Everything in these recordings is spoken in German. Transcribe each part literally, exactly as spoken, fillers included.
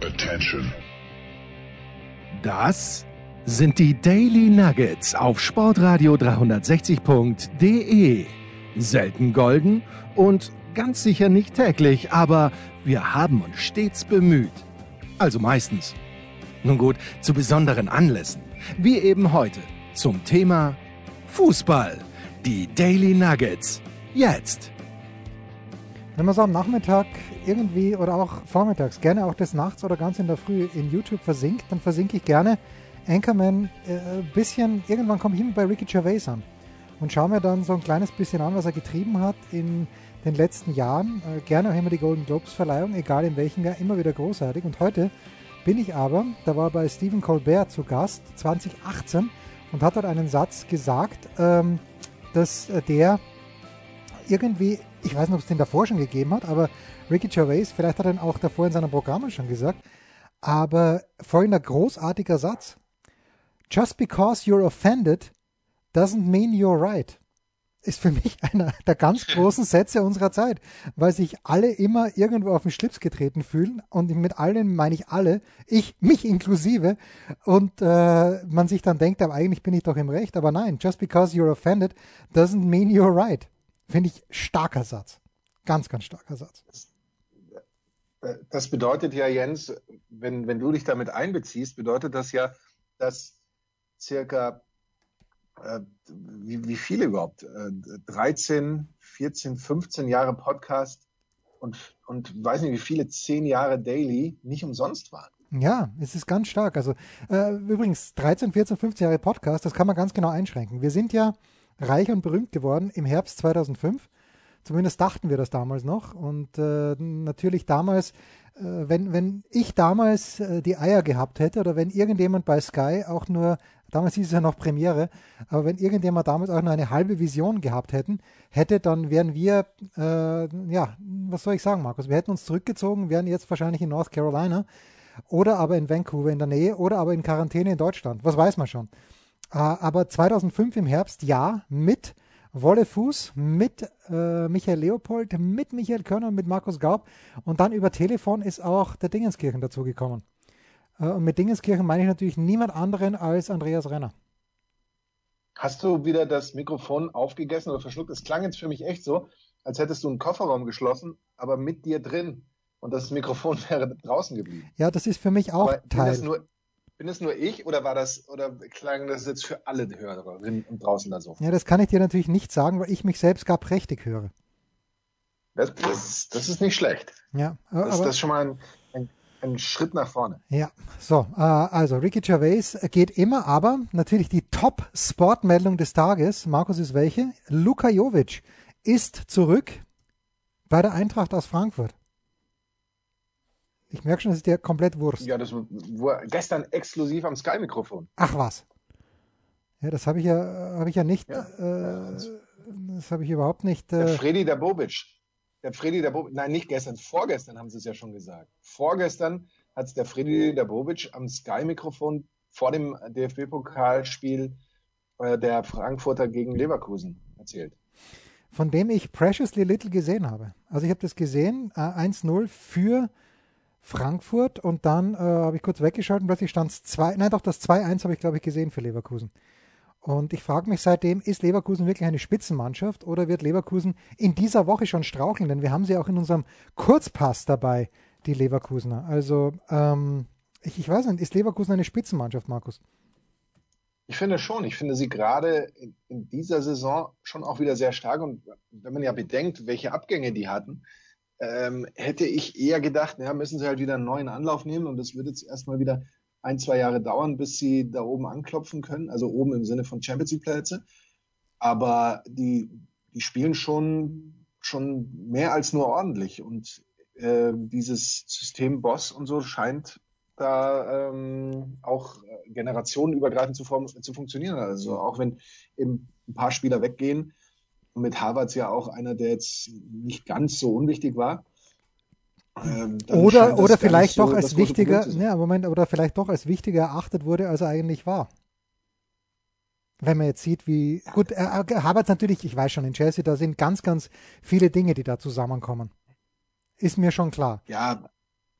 Attention. Das sind die Daily Nuggets auf Sportradio dreihundertsechzig Punkt de. Selten golden und ganz sicher nicht täglich, aber wir haben uns stets bemüht. Also meistens. Nun gut, zu besonderen Anlässen, wie eben heute, zum Thema Fußball. Die Daily Nuggets. Jetzt. Wenn man so am Nachmittag irgendwie oder auch vormittags, gerne auch des Nachts oder ganz in der Früh in YouTube versinkt, dann versinke ich gerne Anchorman ein äh, bisschen, irgendwann komme ich immer bei Ricky Gervais an und schaue mir dann so ein kleines bisschen an, was er getrieben hat in den letzten Jahren. Äh, gerne auch immer die Golden Globes Verleihung, egal in welchem Jahr, immer wieder großartig. Und heute bin ich aber, da war bei Stephen Colbert zu Gast, zwanzig achtzehn, und hat dort einen Satz gesagt, ähm, dass äh, der irgendwie, ich weiß nicht, ob es den davor schon gegeben hat, aber Ricky Gervais, vielleicht hat er ihn auch davor in seinem Programm schon gesagt, aber folgender großartiger Satz: Just because you're offended doesn't mean you're right. Ist für mich einer der ganz großen Sätze unserer Zeit, weil sich alle immer irgendwo auf den Schlips getreten fühlen, und mit allen meine ich alle, ich, mich inklusive, und äh, man sich dann denkt, aber eigentlich bin ich doch im Recht, aber nein, just because you're offended doesn't mean you're right. Finde ich starker Satz. Ganz, ganz starker Satz. Das bedeutet ja, Jens, wenn, wenn du dich damit einbeziehst, bedeutet das ja, dass circa, äh, wie, wie viele überhaupt, äh, dreizehn, vierzehn, fünfzehn Jahre Podcast und, und weiß nicht, wie viele, zehn Jahre Daily nicht umsonst waren. Ja, es ist ganz stark. Also äh, übrigens, dreizehn, vierzehn, fünfzehn Jahre Podcast, das kann man ganz genau einschränken. Wir sind ja reich und berühmt geworden im Herbst zweitausendfünf. Zumindest dachten wir das damals noch. Und äh, natürlich damals, äh, wenn, wenn ich damals äh, die Eier gehabt hätte oder wenn irgendjemand bei Sky auch nur, damals hieß es ja noch Premiere, aber wenn irgendjemand damals auch nur eine halbe Vision gehabt hätten, hätte, dann wären wir, äh, ja, was soll ich sagen, Markus? Wir hätten uns zurückgezogen, wären jetzt wahrscheinlich in North Carolina oder aber in Vancouver in der Nähe oder aber in Quarantäne in Deutschland. Was weiß man schon. Aber zweitausendfünf im Herbst, ja, mit Wolle Fuß, mit äh, Michael Leopold, mit Michael Körner und mit Markus Gaub. Und dann über Telefon ist auch der Dingenskirchen dazugekommen. Äh, und mit Dingenskirchen meine ich natürlich niemand anderen als Andreas Renner. Hast du wieder das Mikrofon aufgegessen oder verschluckt? Es klang jetzt für mich echt so, als hättest du einen Kofferraum geschlossen, aber mit dir drin. Und das Mikrofon wäre draußen geblieben. Ja, das ist für mich auch aber Teil. Das nur Bin es nur ich oder war das, oder klang das jetzt für alle Hörerinnen und draußen da so? Ja, das kann ich dir natürlich nicht sagen, weil ich mich selbst gar prächtig höre. Das, das, das ist nicht schlecht. Ja, aber, das, das ist schon mal ein, ein, ein Schritt nach vorne. Ja, so, äh, also Ricky Gervais geht immer, aber natürlich die Top-Sport-Meldung des Tages, Markus, ist welche? Luka Jovic ist zurück bei der Eintracht aus Frankfurt. Ich merke schon, das ist dir komplett Wurst. Ja, das war gestern exklusiv am Sky-Mikrofon. Ach was. Ja, das habe ich ja, habe ich ja nicht, ja, äh, das habe ich überhaupt nicht. Äh, der Fredi der Bobic. Der Fredi der Bobic, nein, nicht gestern, vorgestern haben sie es ja schon gesagt. Vorgestern hat es der Fredi der Bobic am Sky-Mikrofon vor dem D F B-Pokalspiel äh, der Frankfurter gegen Leverkusen erzählt. Von dem ich Preciously Little gesehen habe. Also ich habe das gesehen, äh, eins null für Frankfurt, und dann äh, habe ich kurz weggeschaut und plötzlich stand es zwei, nein doch, das zwei eins habe ich, glaube ich, gesehen für Leverkusen. Und ich frage mich seitdem, ist Leverkusen wirklich eine Spitzenmannschaft oder wird Leverkusen in dieser Woche schon straucheln? Denn wir haben sie auch in unserem Kurzpass dabei, die Leverkusener. Also ähm, ich, ich weiß nicht, ist Leverkusen eine Spitzenmannschaft, Markus? Ich finde schon. Ich finde sie gerade in, in dieser Saison schon auch wieder sehr stark. Und wenn man ja bedenkt, welche Abgänge die hatten, Ähm, hätte ich eher gedacht, ja, müssen sie halt wieder einen neuen Anlauf nehmen, und das wird jetzt erstmal wieder ein, zwei Jahre dauern, bis sie da oben anklopfen können, also oben im Sinne von Champions League Plätze. Aber die, die spielen schon, schon mehr als nur ordentlich, und äh, dieses System Boss und so scheint da ähm, auch generationenübergreifend zu, form- zu funktionieren. Also auch wenn eben ein paar Spieler weggehen, und mit Havertz ja auch einer, der jetzt nicht ganz so unwichtig war. Ähm, oder oder vielleicht doch so als wichtiger, ja, Moment, oder vielleicht doch als wichtiger erachtet wurde, als er eigentlich war. Wenn man jetzt sieht, wie gut, äh, Havertz natürlich, ich weiß schon, in Chelsea, da sind ganz, ganz viele Dinge, die da zusammenkommen. Ist mir schon klar. Ja,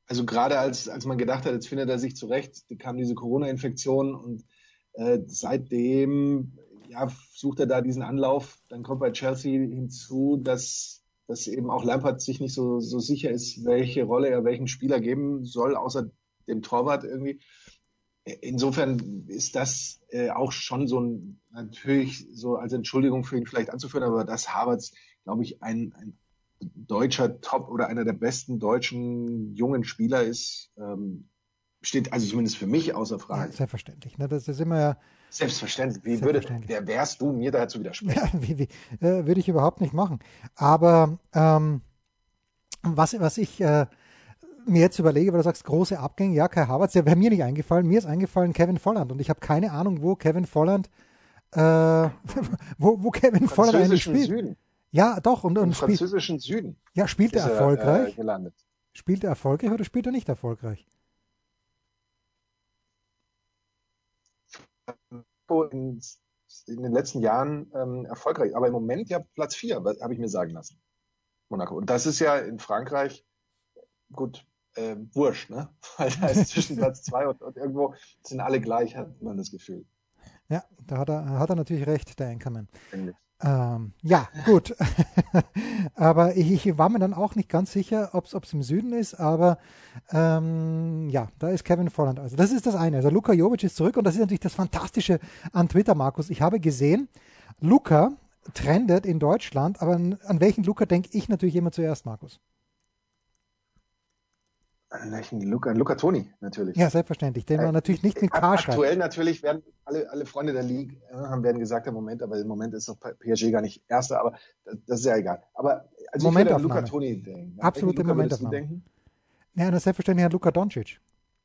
Also gerade als, als man gedacht hat, jetzt findet er sich zurecht, kam diese Corona-Infektion und äh, seitdem ja, sucht er da diesen Anlauf. Dann kommt bei Chelsea hinzu, dass, dass eben auch Lampard sich nicht so, so sicher ist, welche Rolle er welchem Spieler geben soll, außer dem Torwart irgendwie. Insofern ist das äh, auch schon so ein, natürlich so als Entschuldigung für ihn vielleicht anzuführen, aber dass Havertz, glaube ich, ein, ein deutscher Top oder einer der besten deutschen jungen Spieler ist, ähm, steht also zumindest für mich außer Frage. Ja, selbstverständlich. Ne? Das ist immer ja. Selbstverständlich. Wie selbstverständlich. würde, wer wärst du, mir dazu widersprechen? Ja, wie, wie, äh, würde ich überhaupt nicht machen. Aber ähm, was, was ich äh, mir jetzt überlege, weil du sagst, große Abgänge, ja, Kai Havertz, der wäre mir nicht eingefallen. Mir ist eingefallen Kevin Volland und ich habe keine Ahnung, wo Kevin Volland, äh, wo, wo Kevin Volland eigentlich spielt. Süden. Ja, doch. Und, und Im spielt, französischen Süden. Ja, spielt er erfolgreich? Er, äh, gelandet. Spielt er erfolgreich oder spielt er nicht erfolgreich? In, in den letzten Jahren ähm, erfolgreich, aber im Moment ja Platz vier, habe ich mir sagen lassen. Monaco. Und das ist ja in Frankreich gut, äh, wurscht, ne? Weil da ist zwischen Platz zwei und, und irgendwo sind alle gleich, hat man das Gefühl. Ja, da hat er, hat er natürlich recht, der Anchorman. Ähm, ja, gut. Aber ich, ich war mir dann auch nicht ganz sicher, ob es im Süden ist, aber ähm, ja, da ist Kevin Volland. Also das ist das eine. Also Luka Jovic ist zurück und das ist natürlich das Fantastische an Twitter, Markus. Ich habe gesehen, Luka trendet in Deutschland, aber an, an welchen Luka denke ich natürlich immer zuerst, Markus? An welchen Luka? Luka Toni, natürlich. Ja, selbstverständlich. Den man äh, natürlich nicht mit K schreibt. Aktuell natürlich werden alle, alle Freunde der Liga äh, haben werden gesagt, im Moment, aber im Moment ist doch P S G gar nicht Erster, aber das, das ist ja egal. Aber also ich würde an Luka Toni denken. Absolute Momentaufnahme. Ja, das selbstverständlich an Luka Doncic.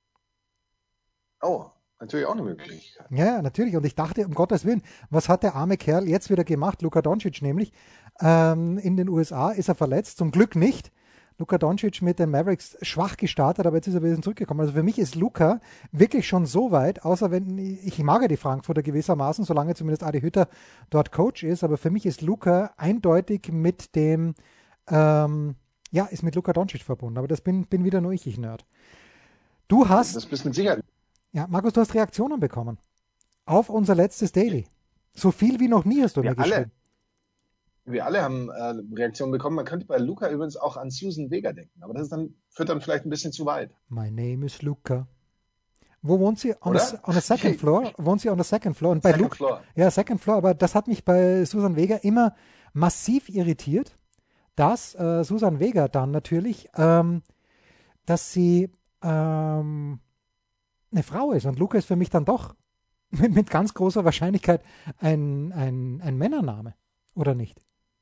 Oh, natürlich auch eine Möglichkeit. Ja, natürlich. Und ich dachte, um Gottes Willen, was hat der arme Kerl jetzt wieder gemacht? Luka Doncic nämlich. Ähm, in den U S A ist er verletzt, zum Glück nicht. Luka Doncic mit den Mavericks schwach gestartet, aber jetzt ist er wieder zurückgekommen. Also für mich ist Luka wirklich schon so weit, außer wenn, ich mag ja die Frankfurter gewissermaßen, solange zumindest Adi Hütter dort Coach ist, aber für mich ist Luka eindeutig mit dem, ähm, ja, ist mit Luka Doncic verbunden. Aber das bin, bin wieder nur ich, ich Nerd. Du hast... Das bist mit Sicherheit. Ja, Markus, du hast Reaktionen bekommen auf unser letztes Daily. So viel wie noch nie hast du wir mir geschrieben. Alle. Wir alle haben äh, Reaktionen bekommen. Man könnte bei Luca übrigens auch an Susan Vega denken, aber das ist dann, führt dann vielleicht ein bisschen zu weit. My name is Luca. Wo wohnt sie? On, a, on a second floor? Wohnt sie on the second floor? Und bei second Luca, floor. Ja, second floor, aber das hat mich bei Susan Vega immer massiv irritiert, dass äh, Susan Vega dann natürlich, ähm, dass sie ähm, eine Frau ist. Und Luca ist für mich dann doch mit, mit ganz großer Wahrscheinlichkeit ein, ein, ein Männername, oder nicht?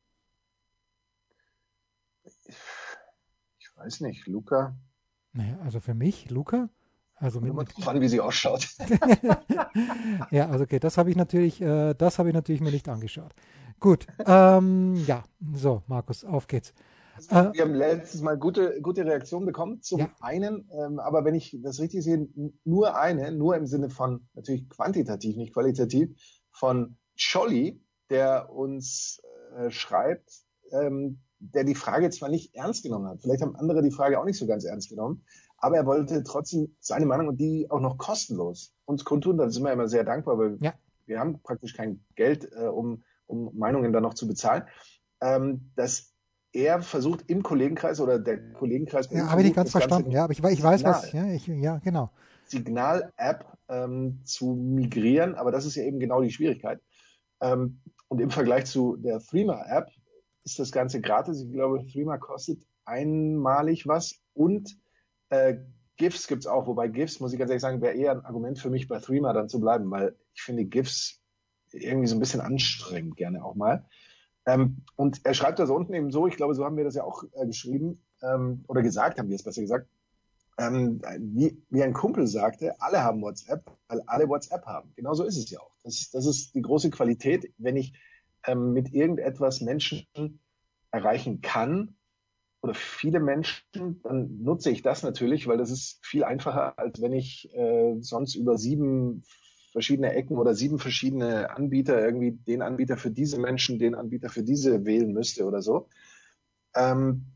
Ich weiß nicht, Luca. Naja, also für mich, Luca. Also mit, mit drauf an, wie sie ausschaut. Ja, also okay, das habe ich natürlich, äh, das habe ich natürlich mir nicht angeschaut. Gut, ähm, ja, so, Markus, auf geht's. Also, wir haben letztes Mal gute, gute Reaktionen bekommen. Zum ja. einen, ähm, aber wenn ich das richtig sehe, nur eine, nur im Sinne von natürlich quantitativ, nicht qualitativ, von Scholli, der uns äh, schreibt, ähm, der die Frage zwar nicht ernst genommen hat, vielleicht haben andere die Frage auch nicht so ganz ernst genommen, aber er wollte trotzdem seine Meinung und die auch noch kostenlos uns kundtun. Da sind wir immer sehr dankbar, weil ja. wir haben praktisch kein Geld, äh, um, um Meinungen dann noch zu bezahlen. Ähm, dass er versucht im Kollegenkreis oder der Kollegenkreis... Ja, habe ich nicht ganz verstanden. Ja, aber ich, ich weiß, was... Ja, ich, ja genau. Signal-App ähm, zu migrieren, aber das ist ja eben genau die Schwierigkeit. Ähm, und im Vergleich zu der Threema-App ist das Ganze gratis. Ich glaube, Threema kostet einmalig was und äh, GIFs gibt's auch, wobei GIFs, muss ich ganz ehrlich sagen, wäre eher ein Argument für mich bei Threema dann zu bleiben, weil ich finde GIFs irgendwie so ein bisschen anstrengend gerne auch mal. Ähm, und er schreibt das unten eben so, ich glaube, so haben wir das ja auch äh, geschrieben ähm, oder gesagt, haben wir es besser gesagt, ähm, wie, wie ein Kumpel sagte, alle haben WhatsApp, weil alle WhatsApp haben. Genau so ist es ja auch. Das, das ist die große Qualität, wenn ich ähm, mit irgendetwas Menschen erreichen kann oder viele Menschen, dann nutze ich das natürlich, weil das ist viel einfacher, als wenn ich äh, sonst über sieben verschiedene Ecken oder sieben verschiedene Anbieter irgendwie den Anbieter für diese Menschen, den Anbieter für diese wählen müsste oder so. Ähm,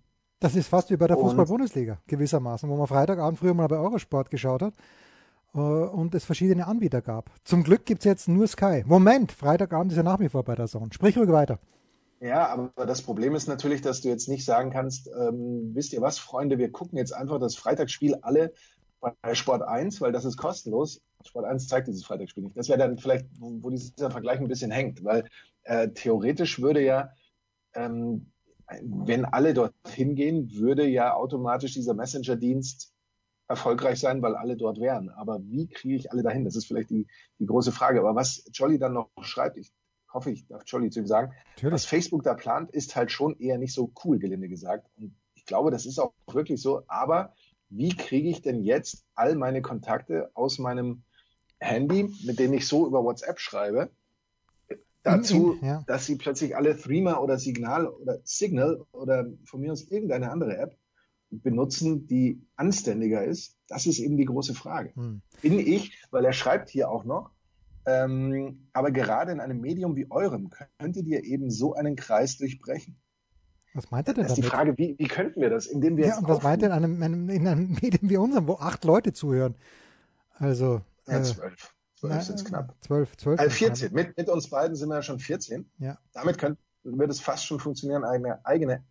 Das ist fast wie bei der Und- Fußball-Bundesliga gewissermaßen, wo man Freitagabend früher mal bei Eurosport geschaut hat äh, und es verschiedene Anbieter gab. Zum Glück gibt es jetzt nur Sky. Moment, Freitagabend ist ja nach wie vor bei der Zone. Sprich ruhig weiter. Ja, aber das Problem ist natürlich, dass du jetzt nicht sagen kannst, ähm, wisst ihr was, Freunde, wir gucken jetzt einfach das Freitagsspiel alle bei Sport eins, weil das ist kostenlos. Sport eins zeigt dieses Freitagsspiel nicht. Das wäre dann vielleicht, wo, wo dieser Vergleich ein bisschen hängt, weil äh, theoretisch würde ja, ähm, wenn alle dorthin gehen, würde ja automatisch dieser Messenger-Dienst erfolgreich sein, weil alle dort wären. Aber wie kriege ich alle dahin? Das ist vielleicht die, die große Frage. Aber was Jolly dann noch schreibt, ich hoffe, ich darf Jolly zu ihm sagen, Natürlich. was Facebook da plant, ist halt schon eher nicht so cool, gelinde gesagt. Und ich glaube, das ist auch wirklich so. Aber wie kriege ich denn jetzt all meine Kontakte aus meinem Handy, mit denen ich so über WhatsApp schreibe, dazu, In- in- ja. dass sie plötzlich alle Threema oder Signal oder Signal oder von mir aus irgendeine andere App benutzen, die anständiger ist? Das ist eben die große Frage. Hm. Bin ich, weil er schreibt hier auch noch, ähm, aber gerade in einem Medium wie eurem könntet ihr eben so einen Kreis durchbrechen. Was meint er denn Das ist die damit? Frage, wie, wie könnten wir das, indem wir Ja, jetzt und was meint er in aufrufen? einem, einem, in einem Medium wie unserem, wo acht Leute zuhören? Also, Ja, äh, zwölf. Zwölf sind es knapp. Zwölf, zwölf. Äh, sind vierzehn. Mit, mit uns beiden sind wir ja schon vierzehn. knapp. Ja. Damit könnte, würde es fast schon funktionieren, eine eigene.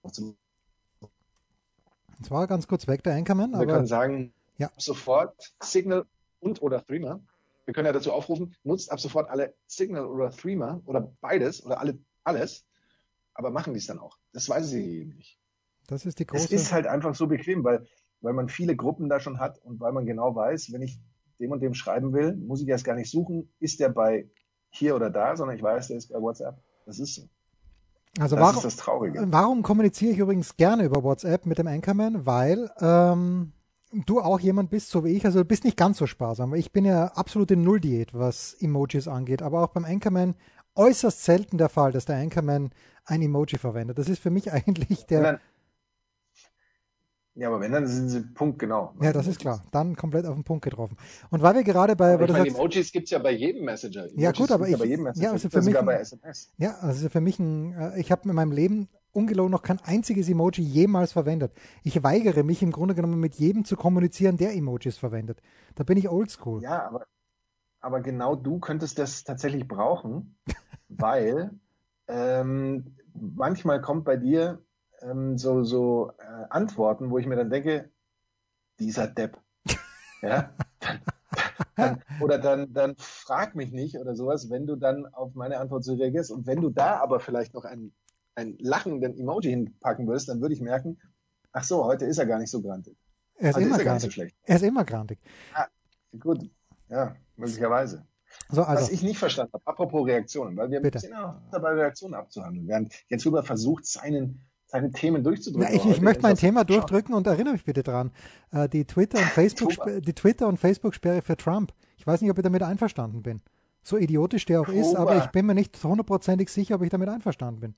Jetzt war er ganz kurz weg, der Anchorman, Wir aber können sagen, Ja. ab sofort Signal und oder Threema. Wir können ja dazu aufrufen, nutzt ab sofort alle Signal oder Threema oder beides oder alle, alles. Aber machen die es dann auch? Das weiß ich eben nicht. das ist die Es große. ist halt einfach so bequem, weil, weil man viele Gruppen da schon hat und weil man genau weiß, wenn ich dem und dem schreiben will, muss ich erst gar nicht suchen, ist der bei hier oder da, sondern ich weiß, der ist bei WhatsApp. Das ist so. Also Das warum, ist das Traurige. warum kommuniziere ich übrigens gerne über WhatsApp mit dem Anchorman? Weil ähm, du auch jemand bist, so wie ich, also du bist nicht ganz so sparsam. Ich bin ja absolute Nulldiät, was Emojis angeht, aber auch beim Anchorman äußerst selten der Fall, dass der Anchorman ein Emoji verwendet. Das ist für mich eigentlich Und der... dann, ja, aber wenn, dann sind sie punktgenau. Ja, das ist klar. Dann komplett auf den Punkt getroffen. Und weil wir gerade bei... Aber weil ich du meine, sagst, Emojis gibt es ja bei jedem Messenger. Emojis Ja, gut, aber gibt's ja bei ich- jedem ja, Messenger. also Gibt's für ja sogar mich- bei S M S. ja, also für mich, ein, äh, ich habe in meinem Leben ungelogen noch kein einziges Emoji jemals verwendet. Ich weigere mich im Grunde genommen mit jedem zu kommunizieren, der Emojis verwendet. Da bin ich oldschool. Ja, aber, aber genau du könntest das tatsächlich brauchen, weil ähm, manchmal kommt bei dir ähm, so, so äh, Antworten, wo ich mir dann denke, dieser Depp. Ja? Dann, dann, oder dann, dann frag mich nicht oder sowas, wenn du dann auf meine Antwort so reagierst. Und wenn du da aber vielleicht noch einen, einen lachenden Emoji hinpacken würdest, dann würde ich merken, ach so, heute ist er gar nicht so grantig. Er ist Heute immer ist er gar nicht so grantig. schlecht. Er ist immer grantig. Gut, ja, möglicherweise. So, Was also, ich nicht verstanden habe, apropos Reaktionen, weil wir Bitte. sind ja noch dabei, Reaktionen abzuhandeln, während Jens Huber versucht, seinen, seine Themen na, durchzudrücken. ich, ich Heute möchte mein ist das Thema schon- durchdrücken und erinnere mich bitte dran. Äh, die Twitter- und Facebook, Oktober. die Twitter- und Facebook-Sperre für Trump. Ich weiß nicht, ob ich damit einverstanden bin. So idiotisch der auch ist, Oktober. aber ich bin mir nicht hundertprozentig sicher, ob ich damit einverstanden bin.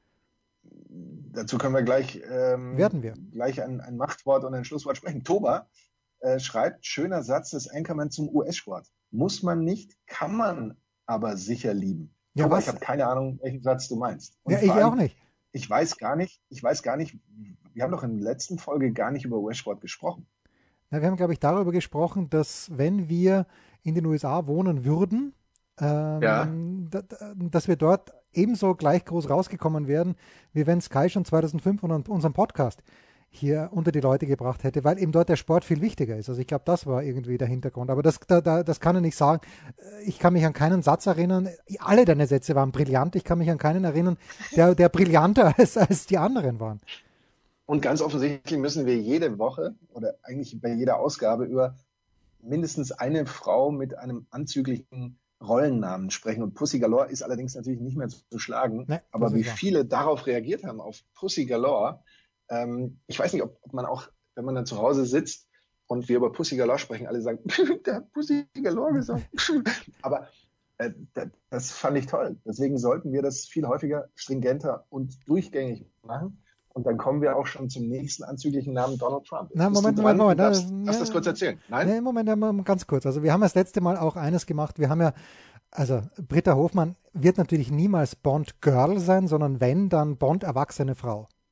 Dazu können wir gleich, ähm, Werden wir. gleich ein, ein Machtwort und ein Schlusswort sprechen. Toba äh, schreibt, schöner Satz des Anchorman zum U S-Sport. Muss man nicht, kann man aber sicher lieben. Ja, Toba, was? ich habe keine Ahnung, welchen Satz du meinst. Und Ja, vor ich allem, auch nicht. Ich weiß gar nicht, ich weiß gar nicht, wir haben doch in der letzten Folge gar nicht über U S-Sport gesprochen. Na, wir haben, glaube ich, darüber gesprochen, dass wenn wir in den U S A wohnen würden, ähm, Ja. da, da, dass wir dort ebenso gleich groß rausgekommen wären, wie wenn Sky schon zweitausendfünf unseren Podcast hier unter die Leute gebracht hätte, weil eben dort der Sport viel wichtiger ist. Also ich glaube, das war irgendwie der Hintergrund. Aber das, da, da, das kann er nicht sagen. Ich kann mich an keinen Satz erinnern. Alle deine Sätze waren brillant. Ich kann mich an keinen erinnern, der, der brillanter als, als die anderen waren. Und ganz offensichtlich müssen wir jede Woche oder eigentlich bei jeder Ausgabe über mindestens eine Frau mit einem anzüglichen Rollennamen sprechen. Und Pussy Galore ist allerdings natürlich nicht mehr zu schlagen. Nee, aber das wie ist wahr. viele darauf reagiert haben, auf Pussy Galore. Ähm, ich weiß nicht, ob, ob man auch, wenn man dann zu Hause sitzt und wir über Pussy Galore sprechen, alle sagen, der hat Pussy Galore gesagt. Aber äh, das fand ich toll. Deswegen sollten wir das viel häufiger, stringenter und durchgängig machen. Und dann kommen wir auch schon zum nächsten anzüglichen Namen, Donald Trump. Na, Bist Moment, du Moment, dran? Moment. Du darfst, Na, darfst das kurz erzählen? Nein? Nee, Moment, Moment, ganz kurz. Also wir haben das letzte Mal auch eines gemacht. Wir haben ja, also Britta Hofmann wird natürlich niemals Bond Girl sein, sondern wenn, dann Bond erwachsene Frau.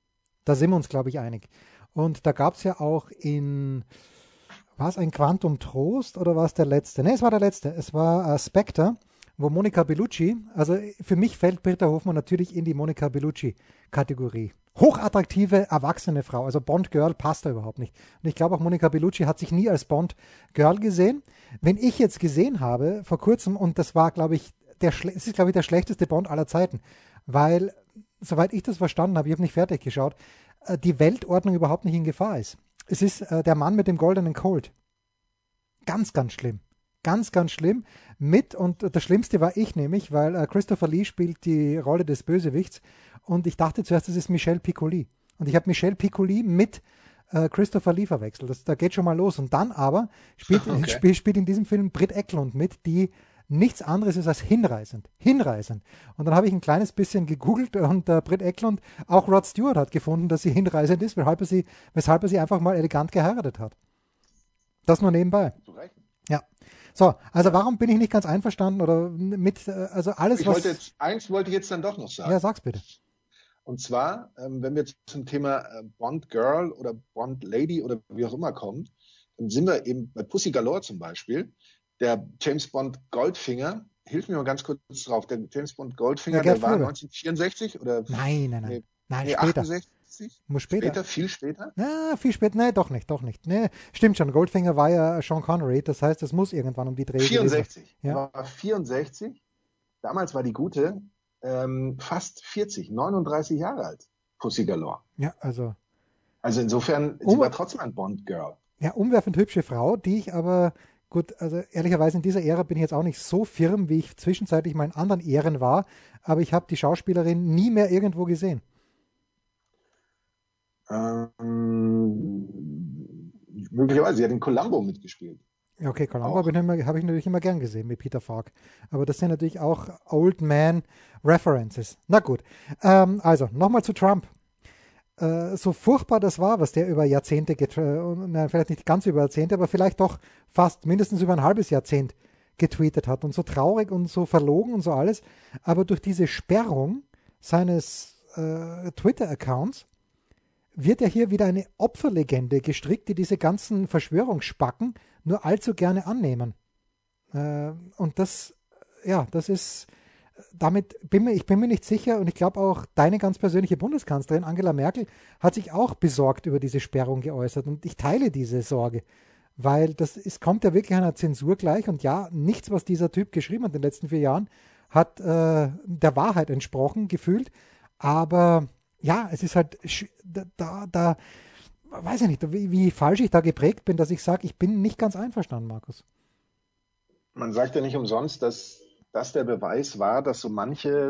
Da sind wir uns, glaube ich, einig. Und da gab es ja auch in, war es ein Quantum Trost oder war es der letzte? Ne, es war der letzte. Es war äh, Spectre, wo Monica Bellucci, also für mich fällt Britta Hofmann natürlich in die Monica Bellucci-Kategorie. Hochattraktive, erwachsene Frau, also Bond-Girl passt da überhaupt nicht. Und ich glaube auch Monica Bellucci hat sich nie als Bond-Girl gesehen. Wenn ich jetzt gesehen habe, vor kurzem, und das war, glaube ich, der, es ist, glaube ich, der schlechteste Bond aller Zeiten, weil, soweit ich das verstanden habe, ich habe nicht fertig geschaut, die Weltordnung überhaupt nicht in Gefahr ist. Es ist äh, der Mann mit dem goldenen Colt. Ganz, ganz schlimm. Ganz, ganz schlimm. Mit, und das Schlimmste war ich nämlich, weil äh, Christopher Lee spielt die Rolle des Bösewichts und ich dachte zuerst, das ist Michel Piccoli. Und ich habe Michel Piccoli mit äh, Christopher Lee verwechselt. Das, da geht schon mal los. Und dann aber spielt, okay. spiel, spielt in diesem Film Britt Eklund mit, die nichts anderes ist als hinreißend. Hinreißend. Und dann habe ich ein kleines bisschen gegoogelt und äh, Britt Eklund, auch Rod Stewart hat gefunden, dass sie hinreißend ist, weshalb er sie, weshalb er sie einfach mal elegant geheiratet hat. Das nur nebenbei. Ja. So, also warum bin ich nicht ganz einverstanden oder mit, also alles, ich was... Wollte jetzt, eins wollte ich jetzt dann doch noch sagen. Ja, sag's bitte. Und zwar, ähm, wenn wir jetzt zum Thema äh, Bond Girl oder Bond Lady oder wie auch immer kommen, dann sind wir eben bei Pussy Galore zum Beispiel. Der James Bond Goldfinger, hilf mir mal ganz kurz drauf, der James Bond Goldfinger, ja, der war neunzehnhundertvierundsechzig oder? Nein, nein, nein. Nee, nein, nee, später. achtundsechzig? Muss später. Später, viel später? Ja, viel später. Nee, doch nicht, doch nicht. Nee, stimmt schon. Goldfinger war ja Sean Connery, das heißt, es muss irgendwann um die Dreh vierundsechzig. Ja. Er war vierundsechzig. Damals war die Gute ähm, fast vierzig, neununddreißig Jahre alt. Pussy Galore. Ja, also. Also insofern, um, sie war trotzdem ein Bond-Girl. Ja, umwerfend hübsche Frau, die ich aber, gut, also ehrlicherweise in dieser Ära bin ich jetzt auch nicht so firm, wie ich zwischenzeitlich mal in anderen Ehren war, aber ich habe die Schauspielerin nie mehr irgendwo gesehen. Ähm, möglicherweise, sie hat in Columbo mitgespielt. Ja, okay, Columbo habe ich, hab ich natürlich immer gern gesehen mit Peter Falk. Aber das sind natürlich auch Old Man References. Na gut, ähm, also nochmal zu Trump. Äh, so furchtbar das war, was der über Jahrzehnte, getw- nein, vielleicht nicht ganz über Jahrzehnte, aber vielleicht doch fast mindestens über ein halbes Jahrzehnt getweetet hat und so traurig und so verlogen und so alles. Aber durch diese Sperrung seines äh, Twitter-Accounts wird ja hier wieder eine Opferlegende gestrickt, die diese ganzen Verschwörungsspacken nur allzu gerne annehmen. Äh, und das, ja, das ist, damit bin mir, ich bin mir nicht sicher und ich glaube auch deine ganz persönliche Bundeskanzlerin Angela Merkel hat sich auch besorgt über diese Sperrung geäußert und ich teile diese Sorge, weil das ist, kommt ja wirklich einer Zensur gleich und ja, nichts, was dieser Typ geschrieben hat in den letzten vier Jahren, hat äh, der Wahrheit entsprochen, gefühlt, aber ja, es ist halt da, da weiß ich nicht, wie, wie falsch ich da geprägt bin, dass ich sage, ich bin nicht ganz einverstanden, Markus. Man sagt ja nicht umsonst, dass das der Beweis war, dass so manche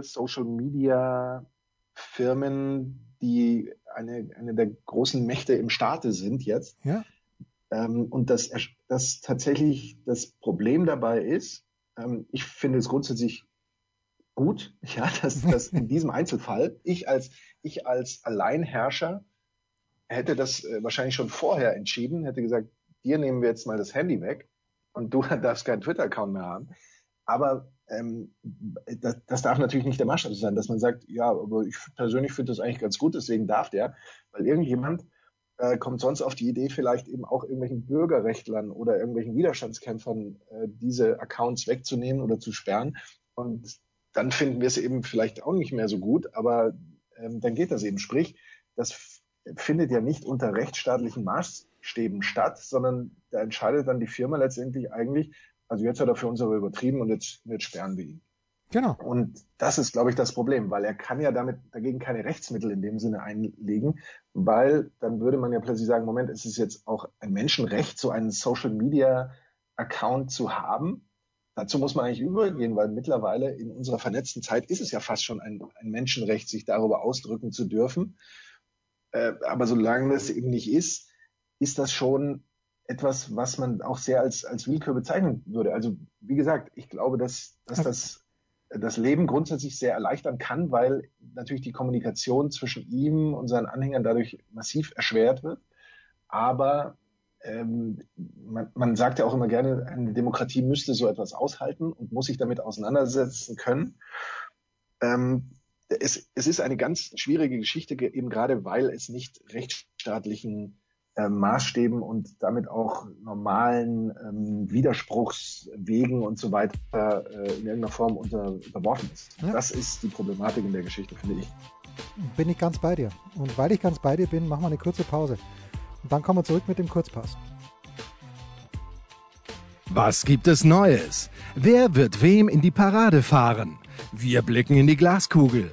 Social-Media-Firmen, die eine, eine der großen Mächte im Staate sind jetzt, ja. ähm, und dass das tatsächlich das Problem dabei ist, ähm, ich finde es grundsätzlich gut, ja, dass, dass in diesem Einzelfall ich als, ich als Alleinherrscher hätte das äh, wahrscheinlich schon vorher entschieden, hätte gesagt, dir nehmen wir jetzt mal das Handy weg und du darfst keinen Twitter-Account mehr haben. Aber ähm, das, das darf natürlich nicht der Maßstab sein, dass man sagt, ja, aber ich persönlich finde das eigentlich ganz gut, deswegen darf der, weil irgendjemand äh, kommt sonst auf die Idee, vielleicht eben auch irgendwelchen Bürgerrechtlern oder irgendwelchen Widerstandskämpfern äh, diese Accounts wegzunehmen oder zu sperren. Und dann finden wir es eben vielleicht auch nicht mehr so gut, aber ähm, dann geht das eben. Sprich, das f- findet ja nicht unter rechtsstaatlichen Maßstäben statt, sondern da entscheidet dann die Firma letztendlich eigentlich, also jetzt hat er für uns aber übertrieben und jetzt, jetzt sperren wir ihn. Genau. Und das ist, glaube ich, das Problem, weil er kann ja damit dagegen keine Rechtsmittel in dem Sinne einlegen, weil dann würde man ja plötzlich sagen, Moment, es ist jetzt auch ein Menschenrecht, so einen Social-Media-Account zu haben. Dazu muss man eigentlich übergehen, weil mittlerweile in unserer vernetzten Zeit ist es ja fast schon ein, ein Menschenrecht, sich darüber ausdrücken zu dürfen. Äh, aber solange das eben nicht ist, ist das schon etwas, was man auch sehr als, als Willkür bezeichnen würde. Also wie gesagt, ich glaube, dass, dass das das Leben grundsätzlich sehr erleichtern kann, weil natürlich die Kommunikation zwischen ihm und seinen Anhängern dadurch massiv erschwert wird. Aber ähm, man, man sagt ja auch immer gerne, eine Demokratie müsste so etwas aushalten und muss sich damit auseinandersetzen können. Ähm, es, es ist eine ganz schwierige Geschichte, eben gerade weil es nicht rechtsstaatlichen äh, Maßstäben und damit auch normalen ähm, Widerspruchswegen und so weiter äh, in irgendeiner Form unter, unterworfen ist. Ja. Das ist die Problematik in der Geschichte, finde ich. Bin ich ganz bei dir. Und weil ich ganz bei dir bin, machen wir eine kurze Pause. Und dann kommen wir zurück mit dem Kurzpass. Was gibt es Neues? Wer wird wem in die Parade fahren? Wir blicken in die Glaskugel.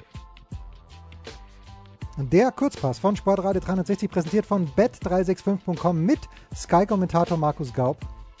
Der Kurzpass von Sportradio dreihundertsechzig, präsentiert von bet drei sechs fünf punkt com mit Sky-Kommentator Markus Gaub.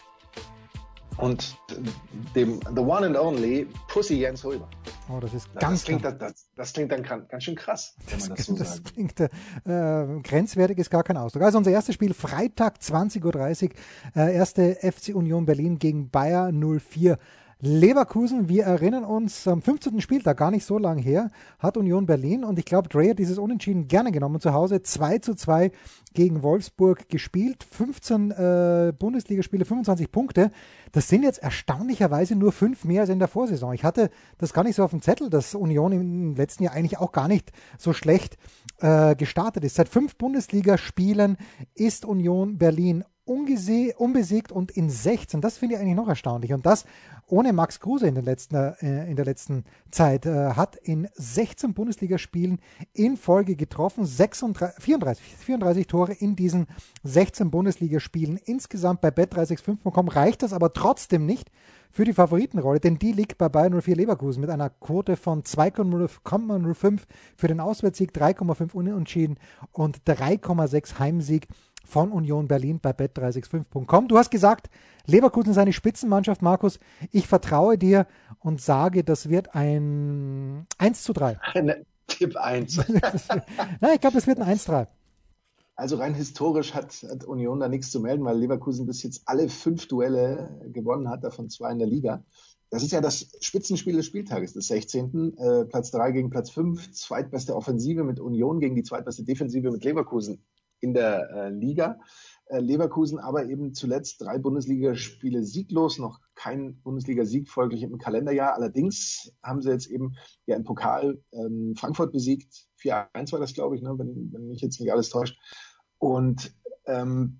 Und dem The One and Only Pussy Jens Hulber. Oh, das ist das ganz klingt, das, das, das klingt dann ganz schön krass, wenn man das so das sagt. Klingt, äh, grenzwertig ist gar kein Ausdruck. Also unser erstes Spiel, Freitag zwanzig Uhr dreißig, äh, erste F C Union Berlin gegen Bayer null vier Leverkusen. Wir erinnern uns, am fünfzehnten Spieltag, gar nicht so lang her, hat Union Berlin, und ich glaube, Dre hat dieses Unentschieden gerne genommen, zu Hause zwei zu zwei gegen Wolfsburg gespielt. fünfzehn äh, Bundesligaspiele, fünfundzwanzig Punkte. Das sind jetzt erstaunlicherweise nur fünf mehr als in der Vorsaison. Ich hatte das gar nicht so auf dem Zettel, dass Union im letzten Jahr eigentlich auch gar nicht so schlecht äh, gestartet ist. Seit fünf Bundesligaspielen ist Union Berlin Ungese- unbesiegt und in sechzehn. Das finde ich eigentlich noch erstaunlich. Und das ohne Max Kruse in, den letzten, äh, in der letzten Zeit. Äh, hat in sechzehn Bundesligaspielen in Folge getroffen. sechsunddreißig, vierunddreißig, vierunddreißig Tore in diesen sechzehn Bundesligaspielen. Insgesamt bei bet drei sechs fünf punkt com reicht das aber trotzdem nicht für die Favoritenrolle, denn die liegt bei Bayer null vier Leverkusen mit einer Quote von zwei Komma null fünf für den Auswärtssieg, drei Komma fünf Unentschieden und drei Komma sechs Heimsieg von Union Berlin bei bet drei sechs fünf punkt com. Du hast gesagt, Leverkusen ist eine Spitzenmannschaft, Markus. Ich vertraue dir und sage, das wird ein eins zu drei. Tipp eins. Nein, ich glaube, es wird ein eins zu drei. Also rein historisch hat, hat Union da nichts zu melden, weil Leverkusen bis jetzt alle fünf Duelle gewonnen hat, davon zwei in der Liga. Das ist ja das Spitzenspiel des Spieltages, des sechzehnten Äh, Platz drei gegen Platz fünf, zweitbeste Offensive mit Union gegen die zweitbeste Defensive mit Leverkusen in der äh, Liga. Äh, Leverkusen aber eben zuletzt drei Bundesligaspiele sieglos, noch kein Bundesliga-Sieg folglich im Kalenderjahr. Allerdings haben sie jetzt eben ja im Pokal ähm, Frankfurt besiegt. vier eins war das, glaube ich, ne, wenn, wenn mich jetzt nicht alles täuscht. Und ähm,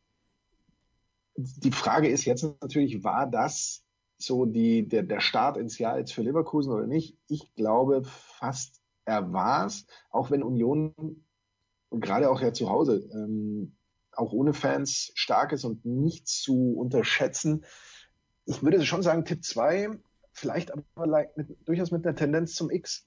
die Frage ist jetzt natürlich, war das so die, der, der Start ins Jahr jetzt für Leverkusen oder nicht? Ich glaube fast, er war es, auch wenn Union gerade auch ja zu Hause, ähm, auch ohne Fans stark ist und nicht zu unterschätzen. Ich würde schon sagen, Tipp zwei, vielleicht aber mit, durchaus mit einer Tendenz zum X.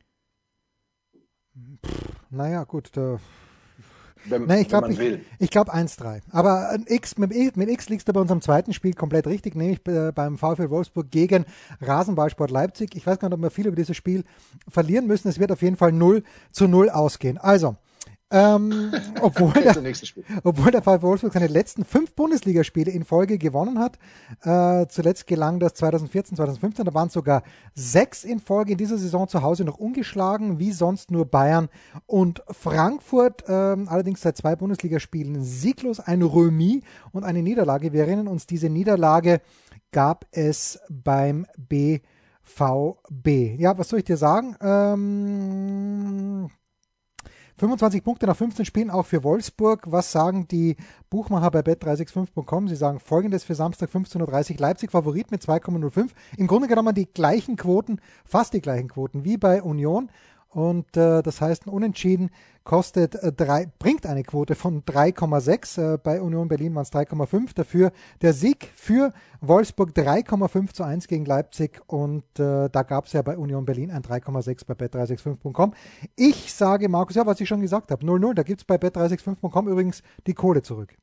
Naja, gut, da Wenn, nee, ich glaube ich, ich glaub eins drei. Aber ein X, mit, mit X liegst du bei unserem zweiten Spiel komplett richtig, nämlich beim VfL Wolfsburg gegen Rasenballsport Leipzig. Ich weiß gar nicht, ob wir viel über dieses Spiel verlieren müssen. Es wird auf jeden Fall null zu null ausgehen. Also, Ähm, obwohl, der, obwohl der VfL Wolfsburg seine letzten fünf Bundesligaspiele in Folge gewonnen hat. Äh, zuletzt gelang das zwanzig vierzehn, zwanzig fünfzehn, da waren es sogar sechs in Folge in dieser Saison zu Hause noch ungeschlagen, wie sonst nur Bayern und Frankfurt. Ähm, allerdings seit zwei Bundesligaspielen sieglos, ein Remis und eine Niederlage. Wir erinnern uns, diese Niederlage gab es beim B V B. Ja, was soll ich dir sagen? Ähm... fünfundzwanzig Punkte nach fünfzehn Spielen auch für Wolfsburg. Was sagen die Buchmacher bei bet drei sechs fünf punkt com? Sie sagen Folgendes für Samstag fünfzehn Uhr dreißig. Leipzig Favorit mit zwei Komma null fünf. Im Grunde genommen die gleichen Quoten, fast die gleichen Quoten wie bei Union. Und äh, das heißt, ein Unentschieden kostet äh, drei, bringt eine Quote von drei Komma sechs. Äh, bei Union Berlin waren es drei Komma fünf. Dafür der Sieg für Wolfsburg drei Komma fünf zu eins gegen Leipzig. Und äh, da gab es ja bei Union Berlin ein drei Komma sechs bei bet drei sechs fünf punkt com. Ich sage, Markus, ja, was ich schon gesagt habe, null null. Da gibt es bei bet drei sechs fünf punkt com übrigens die Kohle zurück.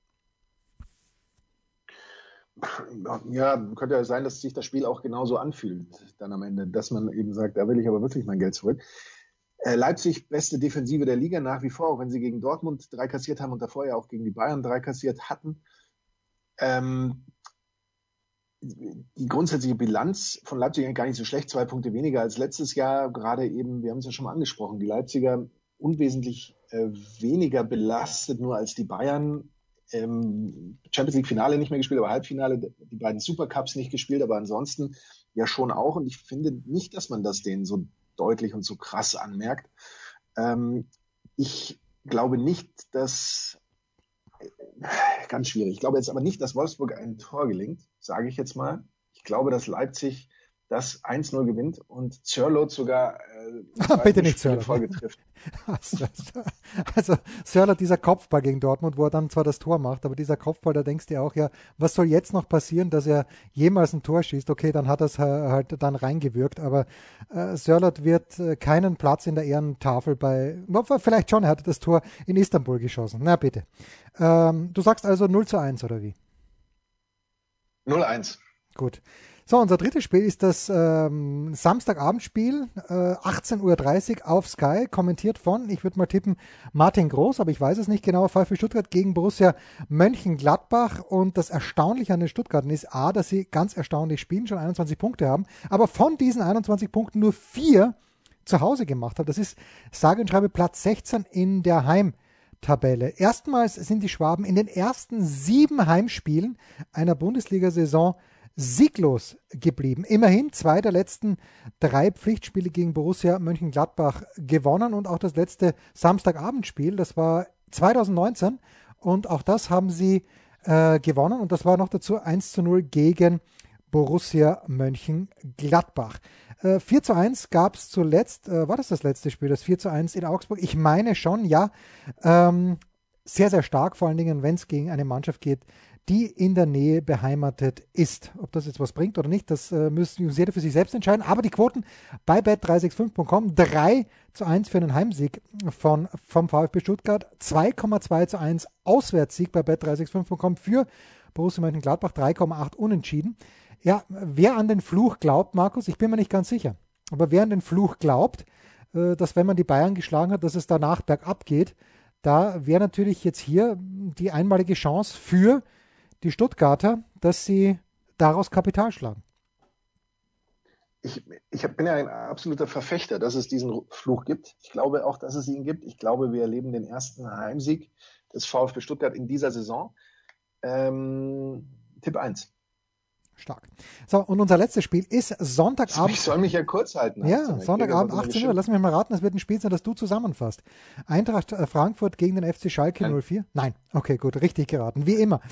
Ja, könnte ja sein, dass sich das Spiel auch genauso anfühlt dann am Ende, dass man eben sagt, da will ich aber wirklich mein Geld zurück. Leipzig, beste Defensive der Liga nach wie vor, auch wenn sie gegen Dortmund drei kassiert haben und davor ja auch gegen die Bayern drei kassiert hatten. Ähm, die grundsätzliche Bilanz von Leipzig eigentlich gar nicht so schlecht, zwei Punkte weniger als letztes Jahr. Gerade eben, wir haben es ja schon mal angesprochen, die Leipziger unwesentlich äh, weniger belastet nur als die Bayern. Ähm, Champions League Finale nicht mehr gespielt, aber Halbfinale, die beiden Supercups nicht gespielt, aber ansonsten ja schon auch. Und ich finde nicht, dass man das denen so deutlich und so krass anmerkt. Ähm, ich glaube nicht, dass, äh, ganz schwierig, ich glaube jetzt aber nicht, dass Wolfsburg ein Tor gelingt, sage ich jetzt mal. Ich glaube, dass Leipzig das eins null gewinnt und Zörloth sogar äh, Bitte nicht Spiele Zörloth. Folge trifft. Also Sörloth, dieser Kopfball gegen Dortmund, wo er dann zwar das Tor macht, aber dieser Kopfball, da denkst du auch, ja, was soll jetzt noch passieren, dass er jemals ein Tor schießt? Okay, dann hat er es halt dann reingewirkt, aber äh, Sörloth wird äh, keinen Platz in der Ehrentafel bei, vielleicht schon, er hatte das Tor in Istanbul geschossen. Na bitte. Ähm, du sagst also null zu eins, oder wie? null eins. Gut. So, unser drittes Spiel ist das ähm, Samstagabendspiel, äh, achtzehn Uhr dreißig auf Sky, kommentiert von, ich würde mal tippen, Martin Groß, aber ich weiß es nicht genau, VfB Stuttgart gegen Borussia Mönchengladbach. Und das Erstaunliche an den Stuttgartern ist A, dass sie ganz erstaunlich spielen, schon einundzwanzig Punkte haben, aber von diesen einundzwanzig Punkten nur vier zu Hause gemacht haben. Das ist sage und schreibe Platz sechzehn in der Heimtabelle. Erstmals sind die Schwaben in den ersten sieben Heimspielen einer Bundesliga-Saison sieglos geblieben. Immerhin zwei der letzten drei Pflichtspiele gegen Borussia Mönchengladbach gewonnen und auch das letzte Samstagabendspiel, das war zwanzig neunzehn und auch das haben sie äh, gewonnen und das war noch dazu eins zu null gegen Borussia Mönchengladbach. Äh, vier zu eins gab es zuletzt, äh, war das das letzte Spiel, das vier zu eins in Augsburg? Ich meine schon, ja. Ähm, sehr, sehr stark, vor allen Dingen, wenn es gegen eine Mannschaft geht, die in der Nähe beheimatet ist. Ob das jetzt was bringt oder nicht, das äh, müssen jeder für sich selbst entscheiden. Aber die Quoten bei bet drei sechs fünf punkt com, drei zu eins für einen Heimsieg von, vom VfB Stuttgart, zwei Komma zwei zu eins Auswärtssieg bei bet drei sechs fünf punkt com für Borussia Mönchengladbach, drei Komma acht unentschieden. Ja, wer an den Fluch glaubt, Markus, ich bin mir nicht ganz sicher, aber wer an den Fluch glaubt, äh, dass wenn man die Bayern geschlagen hat, dass es danach bergab geht, da wäre natürlich jetzt hier die einmalige Chance für die Stuttgarter, dass sie daraus Kapital schlagen. Ich, ich bin ja ein absoluter Verfechter, dass es diesen Fluch gibt. Ich glaube auch, dass es ihn gibt. Ich glaube, wir erleben den ersten Heimsieg des VfB Stuttgart in dieser Saison. Ähm, Tipp eins. Stark. So, und unser letztes Spiel ist Sonntagabend. Ich soll mich ja kurz halten. Ja, Sonntagabend achtzehn Uhr. Lass mich mal raten, das wird ein Spiel sein, das du zusammenfasst. Eintracht Frankfurt gegen den F C Schalke null vier? Nein. Okay, gut, richtig geraten. Wie immer.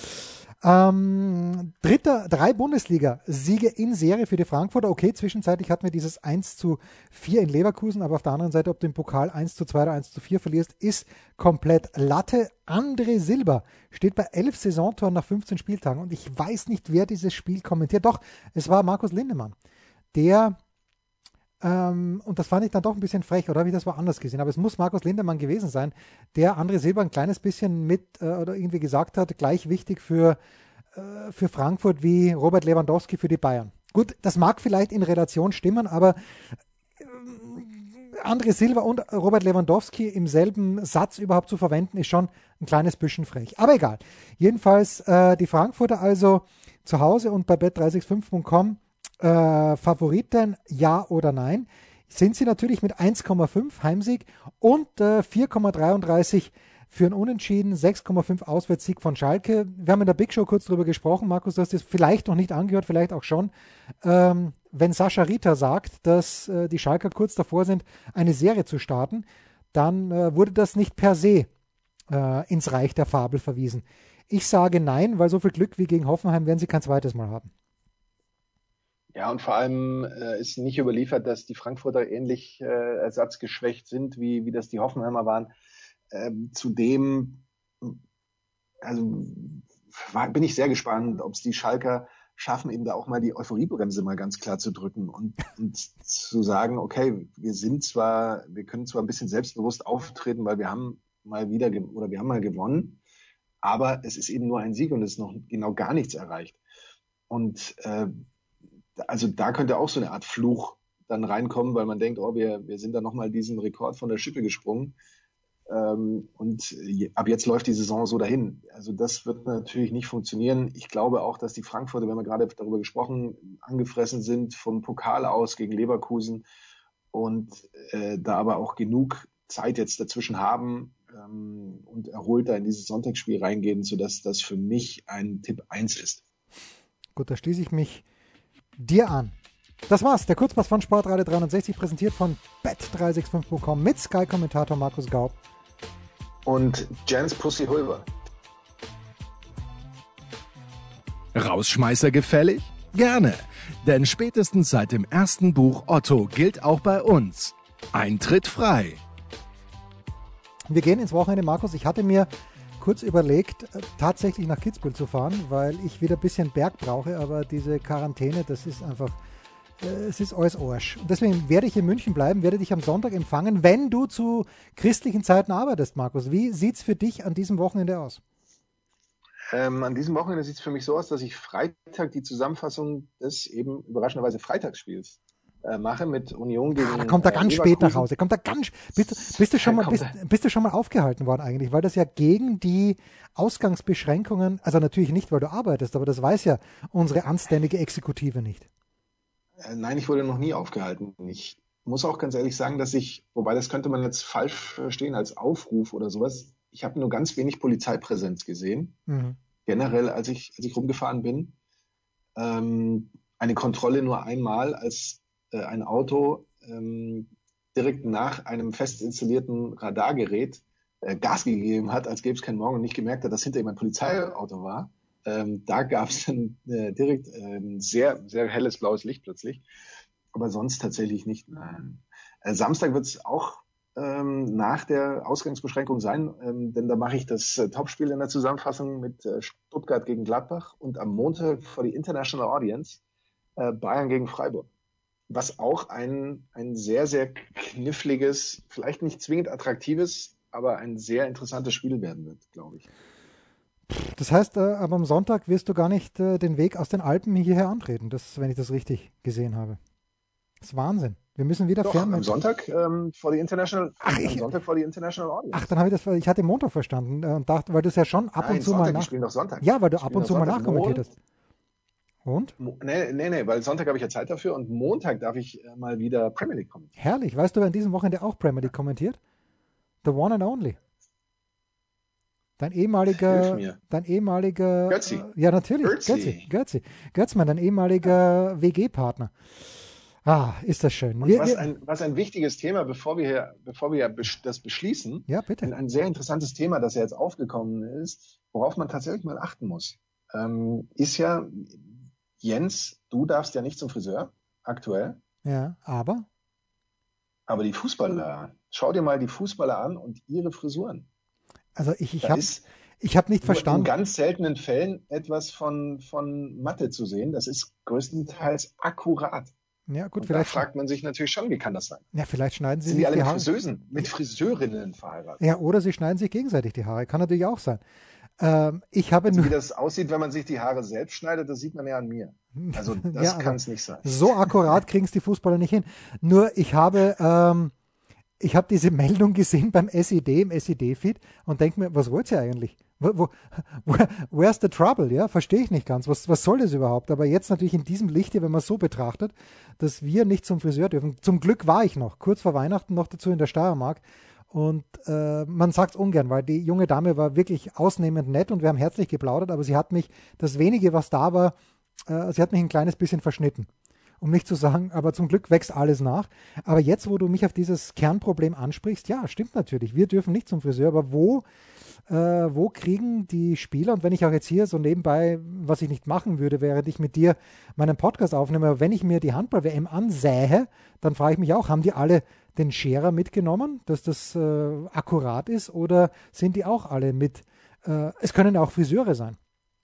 Ähm, dritter, drei Bundesliga-Siege in Serie für die Frankfurter. Okay, zwischenzeitlich hatten wir dieses eins zu vier in Leverkusen, aber auf der anderen Seite, ob du im Pokal eins zu zwei oder eins zu vier verlierst, ist komplett Latte. André Silva steht bei elf Saisontoren nach fünfzehn Spieltagen und ich weiß nicht, wer dieses Spiel kommentiert. Doch, es war Markus Lindemann, der Ähm, und das fand ich dann doch ein bisschen frech, oder habe ich das woanders gesehen? Aber es muss Markus Lindemann gewesen sein, der André Silva ein kleines bisschen mit äh, oder irgendwie gesagt hat, gleich wichtig für, äh, für Frankfurt wie Robert Lewandowski für die Bayern. Gut, das mag vielleicht in Relation stimmen, aber äh, André Silva und Robert Lewandowski im selben Satz überhaupt zu verwenden, ist schon ein kleines bisschen frech. Aber egal. Jedenfalls äh, die Frankfurter also zu Hause und bei bet drei sechs fünf punkt com Äh, Favoriten, ja oder nein, sind sie natürlich mit eins Komma fünf Heimsieg und äh, vier Komma dreiunddreißig für ein Unentschieden, sechs Komma fünf Auswärtssieg von Schalke. Wir haben in der Big Show kurz drüber gesprochen, Markus, du hast das vielleicht noch nicht angehört, vielleicht auch schon. Ähm, wenn Sascha Rita sagt, dass äh, die Schalker kurz davor sind, eine Serie zu starten, dann äh, wurde das nicht per se äh, ins Reich der Fabel verwiesen. Ich sage nein, weil so viel Glück wie gegen Hoffenheim werden sie kein zweites Mal haben. Ja, und vor allem äh, ist nicht überliefert, dass die Frankfurter ähnlich äh, ersatzgeschwächt sind, wie, wie das die Hoffenheimer waren. Ähm, zudem also, war, bin ich sehr gespannt, ob es die Schalker schaffen, eben da auch mal die Euphoriebremse mal ganz klar zu drücken und, und zu sagen, okay, wir sind zwar, wir können zwar ein bisschen selbstbewusst auftreten, weil wir haben mal wieder ge- oder wir haben mal gewonnen, aber es ist eben nur ein Sieg und es ist noch genau gar nichts erreicht. Und äh, also da könnte auch so eine Art Fluch dann reinkommen, weil man denkt, oh, wir, wir sind da nochmal diesen Rekord von der Schippe gesprungen. Ähm, und ab jetzt läuft die Saison so dahin. Also das wird natürlich nicht funktionieren. Ich glaube auch, dass die Frankfurter, wenn wir gerade darüber gesprochen, angefressen sind vom Pokal aus gegen Leverkusen und äh, da aber auch genug Zeit jetzt dazwischen haben ähm, und erholt da in dieses Sonntagsspiel reingehen, sodass das für mich ein Tipp eins ist. Gut, da schließe ich mich dir an. Das war's, der Kurzpass von Sportradio dreihundertsechzig, präsentiert von bet drei sechs fünf punkt com mit Sky-Kommentator Markus Gaub. Und Jens Pussy Hulber. Rausschmeißer gefällig? Gerne, denn spätestens seit dem ersten Buch Otto gilt auch bei uns: Eintritt frei. Wir gehen ins Wochenende, Markus. Ich hatte mir kurz überlegt, tatsächlich nach Kitzbühel zu fahren, weil ich wieder ein bisschen Berg brauche, aber diese Quarantäne, das ist einfach, äh, es ist alles Arsch. Und deswegen werde ich in München bleiben, werde dich am Sonntag empfangen, wenn du zu christlichen Zeiten arbeitest, Markus. Wie sieht es für dich an diesem Wochenende aus? Ähm, an diesem Wochenende sieht es für mich so aus, dass ich Freitag die Zusammenfassung des eben überraschenderweise Freitagsspiels äh, mache mit Union gegen ah, da kommt er ganz äh, spät nach Hause. Kommt er ganz, bist, du, bist, du schon mal, bist, er. bist du schon mal aufgehalten worden eigentlich? Weil das ja gegen die Ausgangsbeschränkungen, also natürlich nicht, weil du arbeitest, aber das weiß ja unsere anständige Exekutive nicht. Äh, nein, ich wurde noch nie aufgehalten. Ich muss auch ganz ehrlich sagen, dass ich, wobei das könnte man jetzt falsch verstehen als Aufruf oder sowas, ich habe nur ganz wenig Polizeipräsenz gesehen, mhm. generell, als ich, als ich rumgefahren bin. Ähm, eine Kontrolle nur einmal, als äh, ein Auto ähm, direkt nach einem fest installierten Radargerät äh, Gas gegeben hat, als gäbe es keinen Morgen und nicht gemerkt hat, dass hinter ihm ein Polizeiauto war. Ähm, da gab es dann äh, direkt äh, ein sehr, sehr helles blaues Licht plötzlich. Aber sonst tatsächlich nicht. Nein. Äh, Samstag wird es auch ähm, nach der Ausgangsbeschränkung sein, ähm, denn da mache ich das äh, Topspiel in der Zusammenfassung mit äh, Stuttgart gegen Gladbach und am Montag vor die International Audience äh, Bayern gegen Freiburg. Was auch ein, ein sehr, sehr kniffliges, vielleicht nicht zwingend attraktives, aber ein sehr interessantes Spiel werden wird, glaube ich. Das heißt, äh, aber am Sonntag wirst du gar nicht äh, den Weg aus den Alpen hierher antreten, das, wenn ich das richtig gesehen habe. Das ist Wahnsinn. Wir müssen wieder Doch, fern. Am Sonntag ähm, vor die International. Ach, ich, am Sonntag vor die International Audience. Ach, dann habe ich das. Ich hatte Montag verstanden und dachte, weil du es ja schon ab Nein, und zu Sonntag, mal nach. Ich spiele noch Sonntag. Ja, weil du ich ab und zu mal nachkommentiert hast. Und? Nee, nee, nee, weil Sonntag habe ich ja Zeit dafür und Montag darf ich äh, mal wieder Premier League kommen. Herrlich. Weißt du, wer an diesem Wochenende auch Premier League kommentiert? The one and only. Dein ehemaliger, dein ehemaliger, Götzi. Äh, ja natürlich, Götzi, Götzi, Götzmann, dein ehemaliger W G-Partner. Ah, ist das schön. Und wir, was, wir, ein, was ein wichtiges Thema, bevor wir hier, bevor wir das beschließen, ja, bitte. Ein, ein sehr interessantes Thema, das ja jetzt aufgekommen ist, worauf man tatsächlich mal achten muss, ähm, ist ja, Jens, du darfst ja nicht zum Friseur, aktuell. Ja, aber? Aber die Fußballer, schau dir mal die Fußballer an und ihre Frisuren. Also ich, ich habe ich hab nicht verstanden. In ganz seltenen Fällen etwas von, von Matte zu sehen. Das ist größtenteils akkurat. Ja, gut, und vielleicht. Da fragt man sich natürlich schon, wie kann das sein? Ja, vielleicht schneiden sie Sind sich die alle die mit Haare. Friseusen, mit Friseurinnen verheiratet? Ja, oder sie schneiden sich gegenseitig die Haare. Kann natürlich auch sein. Ähm, ich habe also nur. Wie das aussieht, wenn man sich die Haare selbst schneidet, das sieht man ja an mir. Also das ja, kann es nicht sein. So akkurat kriegen es die Fußballer nicht hin. Nur ich habe. Ähm, Ich habe diese Meldung gesehen beim S I D, im S I D-Feed und denke mir, was wollt ihr eigentlich? Wo, wo, where's the trouble? Ja, verstehe ich nicht ganz. Was, was soll das überhaupt? Aber jetzt natürlich in diesem Licht hier, wenn man es so betrachtet, dass wir nicht zum Friseur dürfen. Zum Glück war ich noch, kurz vor Weihnachten noch dazu in der Steiermark. Und äh, man sagt es ungern, weil die junge Dame war wirklich ausnehmend nett und wir haben herzlich geplaudert, aber sie hat mich, das wenige, was da war, äh, sie hat mich ein kleines bisschen verschnitten. Um nicht zu sagen, aber zum Glück wächst alles nach. Aber jetzt, wo du mich auf dieses Kernproblem ansprichst, ja, stimmt natürlich. Wir dürfen nicht zum Friseur, aber wo, äh, wo kriegen die Spieler, und wenn ich auch jetzt hier so nebenbei, was ich nicht machen würde, während ich mit dir meinen Podcast aufnehme, aber wenn ich mir die Handball-W M ansähe, dann frage ich mich auch, haben die alle den Scherer mitgenommen, dass das äh, akkurat ist, oder sind die auch alle mit, äh, es können ja auch Friseure sein.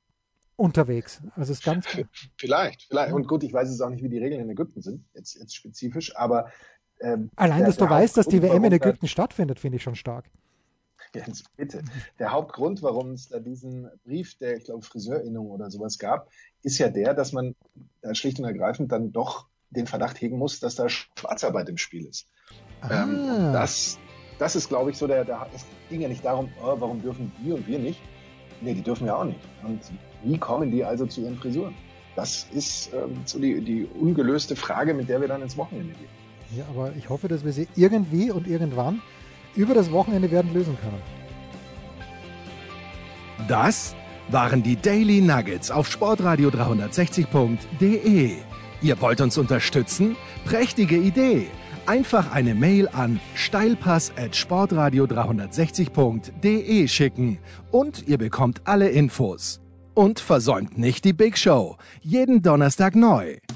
Unterwegs. Also es ist ganz vielleicht, vielleicht. Und gut, ich weiß es auch nicht, wie die Regeln in Ägypten sind, jetzt, jetzt spezifisch, aber ähm, allein, der, dass du weißt, dass die W M in Ägypten da, stattfindet, finde ich schon stark. Jetzt bitte. Der Hauptgrund, warum es da diesen Brief der, ich glaube, Friseurinnung oder sowas gab, ist ja der, dass man da schlicht und ergreifend dann doch den Verdacht hegen muss, dass da Schwarzarbeit im Spiel ist. Ah. Ähm, und das, das ist, glaube ich, so der, der, es ging ja nicht darum, oh, warum dürfen die und wir nicht? Nee, die dürfen ja auch nicht. Und wie kommen die also zu ihren Frisuren? Das ist ähm, so die, die ungelöste Frage, mit der wir dann ins Wochenende gehen. Ja, aber ich hoffe, dass wir sie irgendwie und irgendwann über das Wochenende werden lösen können. Das waren die Daily Nuggets auf sportradio dreihundertsechzig punkt de. Ihr wollt uns unterstützen? Prächtige Idee! Einfach eine Mail an steilpass at sportradio dreihundertsechzig punkt de schicken und ihr bekommt alle Infos. Und versäumt nicht die Big Show. Jeden Donnerstag neu.